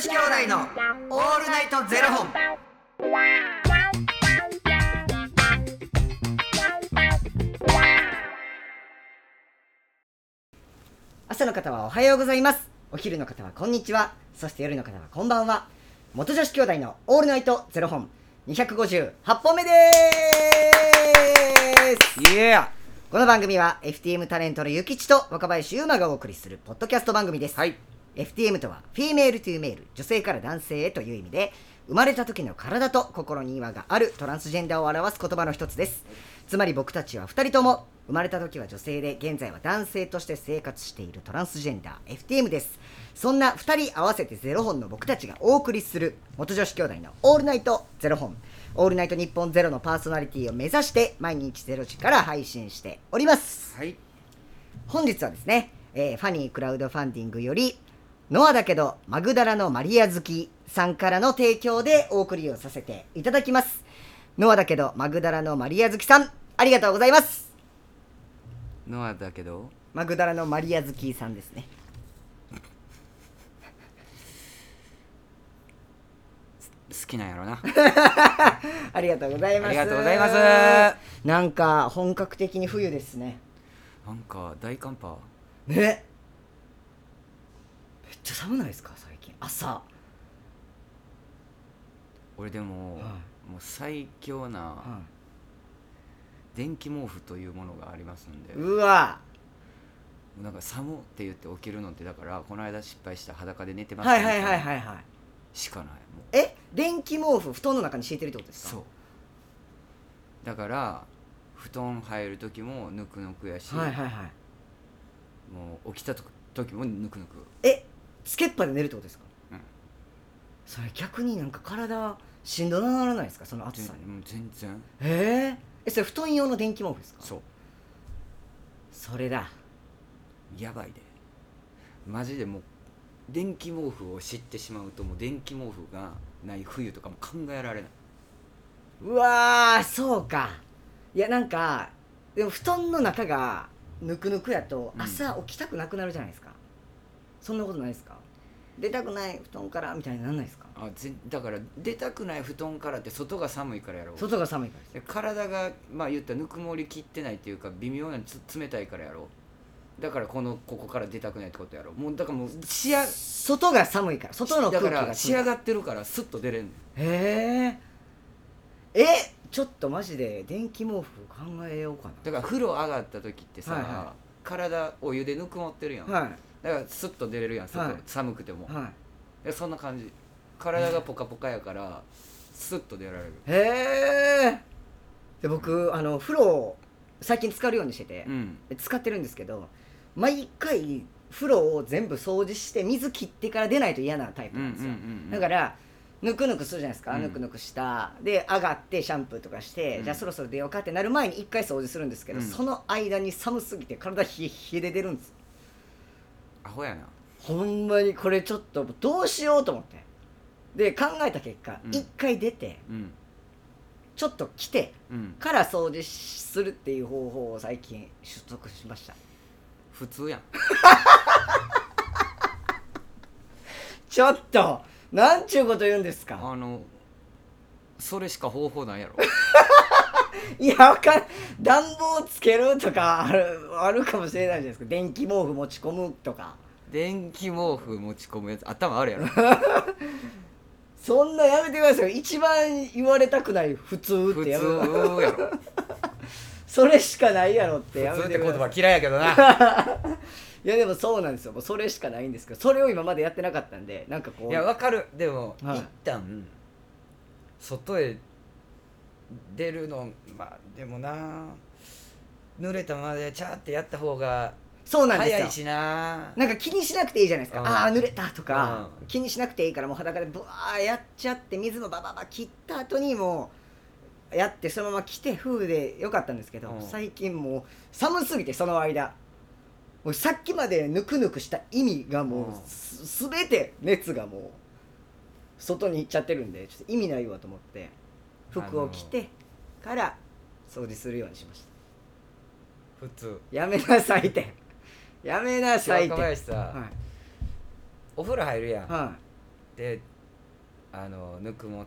子兄弟のオールナイトゼロ本。朝の方はおはようございます。お昼の方はこんにちは。そして夜の方はこんばんは。元女子兄弟のオールナイトゼロ本258本目です。イエー。この番組は FTM タレントのゆきちと若林優馬がお送りするポッドキャスト番組です。はい。FTM とはフィメールトゥーメール、女性から男性へという意味で、生まれた時の体と心に違和があるトランスジェンダーを表す言葉の一つです。つまり僕たちは2人とも生まれた時は女性で現在は男性として生活しているトランスジェンダー FTM です。そんな2人合わせてゼロ本の僕たちがお送りする元女子兄弟のオールナイトゼロ本、オールナイト日本ゼロのパーソナリティを目指して毎日0時から配信しております。はい。本日はですね、ファニークラウドファンディングよりノアだけどマグダラのマリア好きさんからの提供でお送りをさせていただきます。ノアだけどマグダラのマリア好きさん、ありがとうございます。 ノアだけどマグダラのマリア好きさんですね。 好きなんやろなありがとうございます。 ありがとうございます。 なんか本格的に冬ですね。 なんか大寒波ね、めっちゃ寒ないですか最近朝。 俺でも、もう最強な電気毛布というものがありますんで、 うわ、 なんか寒って言って起きるのって、だからこの間失敗した裸で寝てますはいはいはいはいはい、 しかない。もう電気毛布布団の中に敷いてるってことですか？ そうだから布団入る時もぬくぬくやし、 はいはいはい、 もう起きた時もぬくぬく。 つけっぱで寝るってことですか？ うん。 それ逆になんか体しんどならないですか、その暑さに？ もう全然。 それ布団用の電気毛布ですか？ そう、 それだ。 やばいでマジで。もう電気毛布を知ってしまうと、もう電気毛布がない冬とかも考えられない。 うわー、そうか。いやなんかでも布団の中がぬくぬくやと朝起きたくなくなるじゃないですか、そんなことないですか？出たくない布団からみたいになんないですか？ だから出たくない布団からって外が寒いからやろ。 外が寒いからです。 体がまあ言ったらぬくもりきってないっていうか、微妙な冷たいからやろ。だからここから出たくないってことやろ。もうだからもう外が寒いから、外の空気がだから仕上がってるからスッと出れんねん。 ちょっとマジで電気毛布考えようかな。 だから風呂上がった時ってさ、 はいはい、 体お湯でぬくもってるやん、 はい、 だからスッと出れるやん外、 はい、 寒くても、 はい、 そんな感じ。体がポカポカやからスッと出られる。 で僕風呂を最近使うようにしてて、使ってるんですけど、毎回風呂を全部掃除して水切ってから出ないと嫌なタイプなんですよ、だからぬくぬくするじゃないですか、ぬくぬくしたで上がってシャンプーとかして、じゃあそろそろ出ようかってなる前に一回掃除するんですけど、その間に寒すぎて体冷え冷えで出るんです。 アホやな。 ほんまにこれちょっとどうしようと思って、で考えた結果、一回出て、ちょっと来てから掃除するっていう方法を最近取得しました。 普通やんちょっとなんちゅうこと言うんですか。 それしか方法ないやろいや、わかん、暖房つけるとかあるかもしれないじゃないですか。電気毛布持ち込むとか。 電気毛布持ち込むやつ頭あるやろそんなやめてください。一番言われたくない普通ってやめて普通やろそれしかないやろってやめ普通てください。 って言葉嫌いやけどないやでもそうなんですよ。もうそれしかないんですけど、それを今までやってなかったんで、なんかこう、 いやわかる。でも、 はい、 一旦外へ出るの、まあでもな、濡れたままでチャーってやった方がそうなんですよ。 早いしな。 なんか気にしなくていいじゃないですか、ああ濡れたとか、気にしなくていいから、もう裸でブワーやっちゃって、水もバババ切った後にもうやってそのまま着て風でよかったんですけど、最近もう寒すぎて、その間もうさっきまでぬくぬくした意味がもう全て熱がもう外に行っちゃってるんで、ちょっと意味ないわと思って服を着てから掃除するようにしました。 普通。 やめなさいってやめなさいって。 若林さ、お風呂入るやん、 でぬくもって、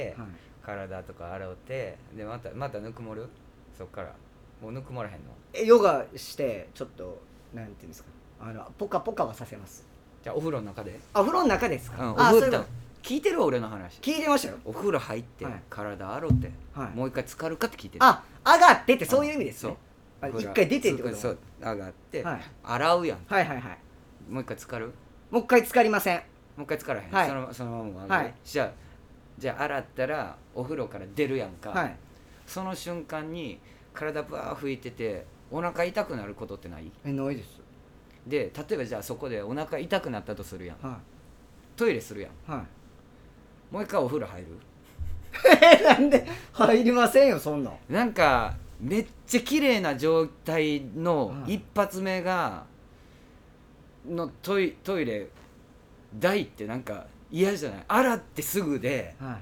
はい、 体とか洗うてでまたぬくもる。そっからもうぬくもらへんの。 ヨガしてちょっとなんていうんですか、ポカポカはさせます。 じゃあお風呂の中で。 お風呂の中ですか？ お風呂聞いてる俺の話。 聞いてましたよ。 お風呂入って、 はい、 体洗って、 はい、 もう一回浸かるかって聞いてる。 上がってってそういう意味ですね。一回出てってこと。 そう上がって、 はい、 洗うやん。 はいはいはい。 もう一回浸かる。 もう一回浸かりません。 もう一回浸からへん、 はい、 そのまま上がる、はい、じゃあ洗ったらお風呂から出るやんか、 はい、 その瞬間に体バー拭いててお腹痛くなることってない？ ないです。 で例えばじゃあそこでお腹痛くなったとするやん、 はい、 トイレするやん、 はい、 もう一回お風呂入る？ なんで入りませんよそんな。 なんかめっちゃ綺麗な状態の一発目のトイレ台ってなんか嫌じゃない？洗ってすぐで、 はい、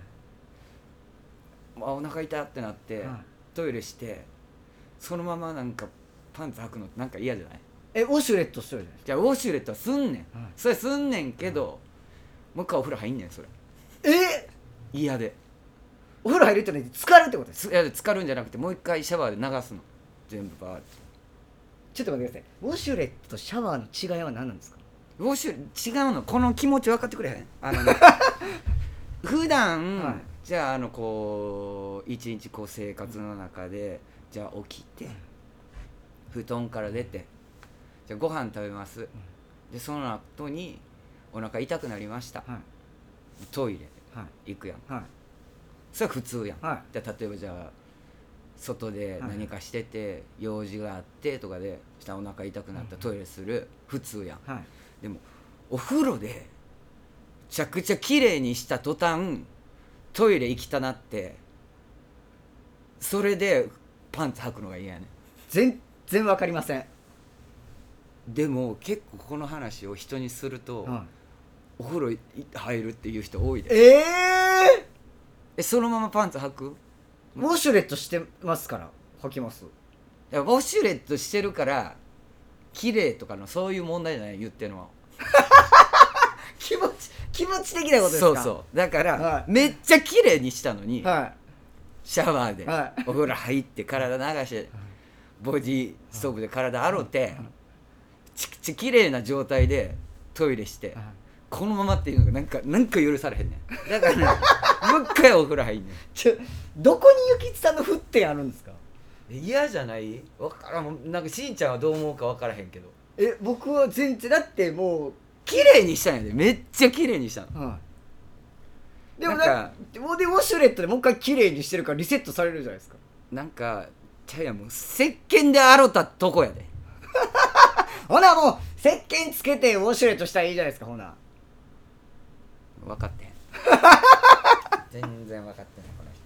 お腹痛ってなって、 はい、 トイレしてそのままなんかパンツ履くのなんか嫌じゃない？ ウォシュレットしてるじゃないですか。 じゃあウォシュレットはすんねん、 はい、 それすんねんけど、もう一回お風呂入んねんそれ。嫌で。 お風呂入るってのに浸かるってことです。 いや浸かるんじゃなくてもう一回シャワーで流すの全部バーって。 ちょっと待ってください。ウォシュレットとシャワーの違いは何なんですか？ ウォシュ違うの。この気持ち分かってくれへん？普段、はい、じゃあこう一日こう生活の中で、じゃあ起きて布団から出てじゃあご飯食べます、でその後にお腹痛くなりました、はい、トイレ、はい、行くやん、はい、それは普通やん、はい、で例えばじゃあ外で何かしてて、用事があってとかでしたらお腹痛くなったらトイレする、普通やん、はい、でもお風呂でめちゃくちゃ綺麗にした途端トイレ行きたなってそれでパンツ履くのが嫌やねん。 全然わかりません。 でも結構この話を人にすると、お風呂入るっていう人多いで。そのままパンツ履く？ ウォシュレットしてますから履きます。 いやウォシュレットしてるから綺麗とかのそういう問題じゃない、言ってるのは気持ち的なことですか？ そうそうだから、はい、めっちゃ綺麗にしたのに、はい、シャワーで、はい、お風呂入って体流して、はい、ボディストーブで体洗って、はい、ちっ綺麗な状態でトイレして、はい、このままっていうのがなんか許されへんねん。だからねもう一回お風呂入んねん。 どこにゆきつさんの沸点あるんですか？ 嫌じゃない？分からん。なんかしんちゃんはどう思うか分からへんけど、 僕は全然だってもう綺麗にしたんやで。めっちゃ綺麗にしたの、はい、 でもでウォシュレットでもう一回綺麗にしてるからリセットされるじゃないですか。 なんかいやもう石鹸で洗ったとこやでほなもう石鹸つけてウォシュレットしたらいいじゃないですか。ほな分かってへん全然分かってないこ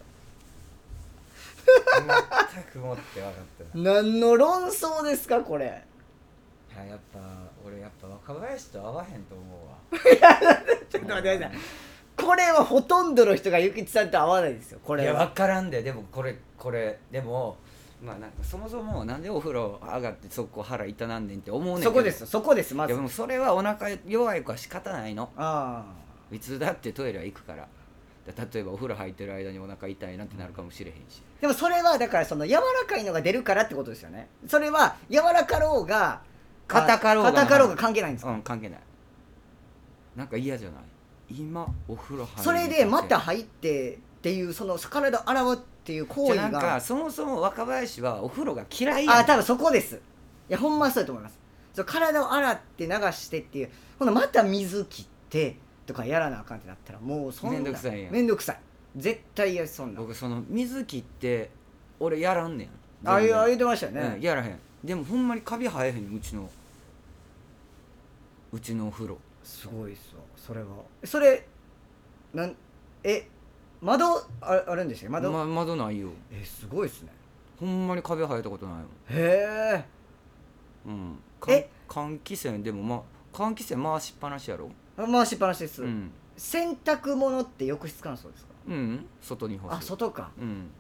の人全くもって分かってない。 何の論争ですかこれ。 やっぱ俺若林と合わへんと思うわ。いやちょっと待ってください。これはほとんどの人がゆきちさんと合わないですよこれは。 いや分からんで。でもこれでもまあなんかそもそもなんでお風呂上がってそこ腹痛なんねんって思うねんけど。 そこですまず。 でもそれはお腹弱い子は仕方ないの。いつだってトイレは行くから。例えばお風呂入ってる間にお腹痛いなってなるかもしれへんし、 でもそれはだからその柔らかいのが出るからってことですよね。それは柔らかろうが硬かろうが関係ないんですか？ 関係ない。なんか嫌じゃない？今お風呂入るそれでまた入ってっていうその体洗うっていう行為がなんかそもそも若林はお風呂が嫌いやん。多分そこです。いやほんまそうだと思います。体を洗って流してっていう、ほなまた水切ってとかやらなあかんってなったらもうそんなめんどくさいやん。 めんどくさい。絶対やそんな。 僕その水切って俺やらんねん。 言ってましたよね、 やらへん。でもほんまにカビ生えへん。うちのお風呂すごいっすわ。それ窓あるんでしたっけ？ 窓ないよ。 すごいっすね。 ほんまにカビ生えたことないもん。 へえ。 換気扇でも換気扇回しっぱなしやろ？ 回しっぱなしです、洗濯物って浴室乾燥ですか？ 外に干す。 外か。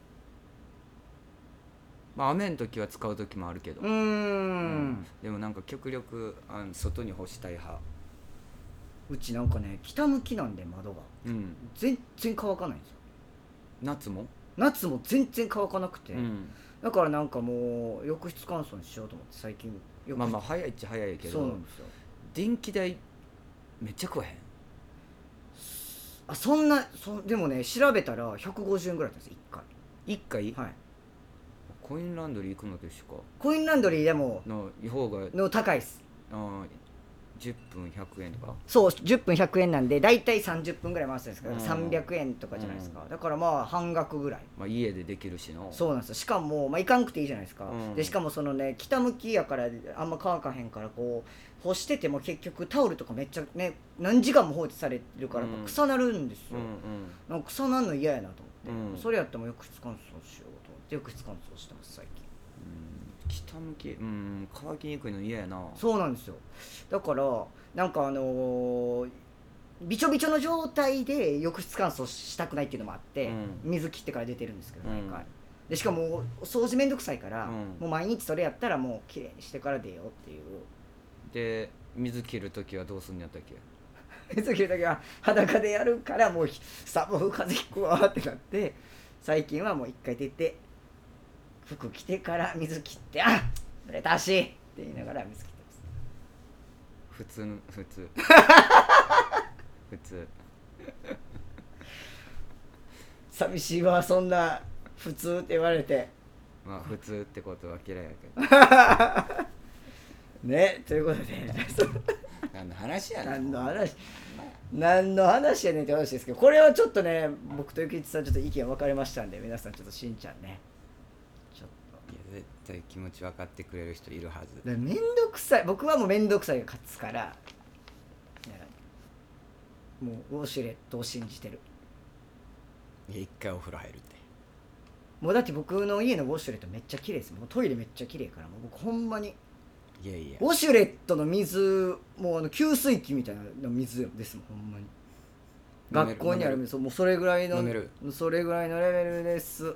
雨の時は使う時もあるけど、でもなんか極力外に干したい派。 うちなんかね北向きなんで窓がうん全然乾かないんですよ。 夏も夏も全然乾かなくて、 うんだからなんかもう浴室乾燥にしようと思って最近まあまあ早いっちゃ早いけどそうなんですよ。 電気代めっちゃ食わへんあそんなでもね調べたら150円ぐらいだったんです 1回 1回。はい。 コインランドリー行くのと一緒かコインランドリーでもの方がの高いです。 10分100円とかそう10分100円なんでだいたい30分ぐらい回すんですけど、 うん 300円とかじゃないですか、だからまあ半額ぐらい。 まあ家でできるしのそうなんですよ。しかも、まあ、行かんくていいじゃないですか、 うんでしかもそのね北向きやからあんま乾かへんからこう干してても結局タオルとかめっちゃね何時間も放置されてるからやっぱ臭なるんですよ、 うんなんか臭なんの嫌やなと思って、 うんそれやったらもう浴室乾燥しようと思って浴室乾燥してます最近。 北向き乾きにくいの嫌やな。 そうなんですよ。だからなんかびちょびちょの状態で浴室乾燥したくないっていうのもあって、水切ってから出てるんですけど毎回、でしかも掃除めんどくさいから、もう毎日それやったらもうきれいにしてから出ようっていう。 で水切るときはどうすんのやったっけ水切る時は裸でやるからもう寒い風邪ひくわってなって、最近はもう一回出て服着てから水切ってあ濡れたしって言いながら水切ってます。 普通普通寂しいわそんな普通って言われて。 まあ普通ってことは嫌いやけどね、ということで何の話やね何の話やねんって話ですけど、これはちょっとね僕とゆきいちさんちょっと意見分かれましたんで、皆さんちょっとしんちゃんねちょっといや絶対気持ち分かってくれる人いるはず。 めんどくさい、僕はもうめんどくさいが勝つから、もうウォシュレットを信じてる。 いや一回お風呂入るってもうだって僕の家のウォシュレットめっちゃ綺麗です。もうトイレめっちゃ綺麗から、もう僕ほんまにいやいやウォシュレットの水もう給水器みたいな水ですもんほんまに。学校にある水もうそれぐらいの飲めるそれぐらいのレベルです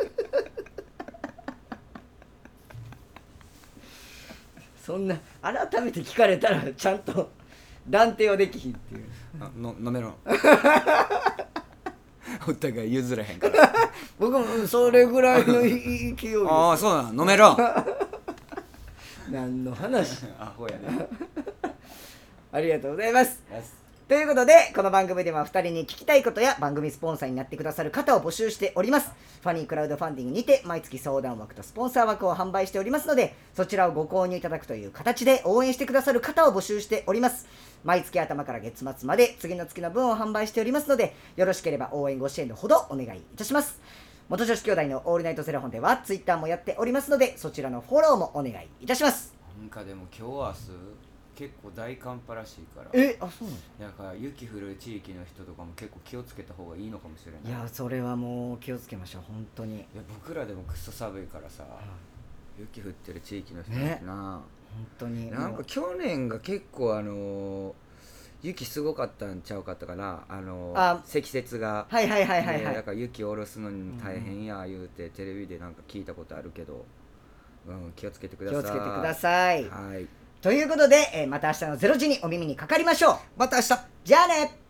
そんな改めて聞かれたらちゃんと断定はできひんっていう。 飲めろお互い譲らへんから僕もそれぐらいの勢いですああそうなの飲めろ何の話アホやねありがとうございます。ということでこの番組では2人に聞きたいことや番組スポンサーになってくださる方を募集しております。ファニークラウドファンディングにて毎月相談枠とスポンサー枠を販売しておりますので、そちらをご購入いただくという形で応援してくださる方を募集しております。毎月頭から月末まで次の月の分を販売しておりますので、よろしければ応援ご支援のほどお願いいたします。元女子兄弟のオールナイトゼロ本ではツイッターもやっておりますので、そちらのフォローもお願いいたします。 なんかでも今日明日結構大寒波らしいからそうなんですだから雪降る地域の人とかも結構気をつけた方がいいのかもしれない。 いやそれはもう気をつけましょう本当に。いや僕らでもクソ寒いからさ、雪降ってる地域の人ねな、 本当になんか去年が結構雪すごかったんちゃうかったかな積雪がはいはいはいはいはい、 だから雪下ろすのに大変や言うてテレビでなんか聞いたことあるけど、気をつけてください。 気をつけてください。 はい。 ということで、また明日の0時にお耳にかかりましょう。 また明日。 じゃあね。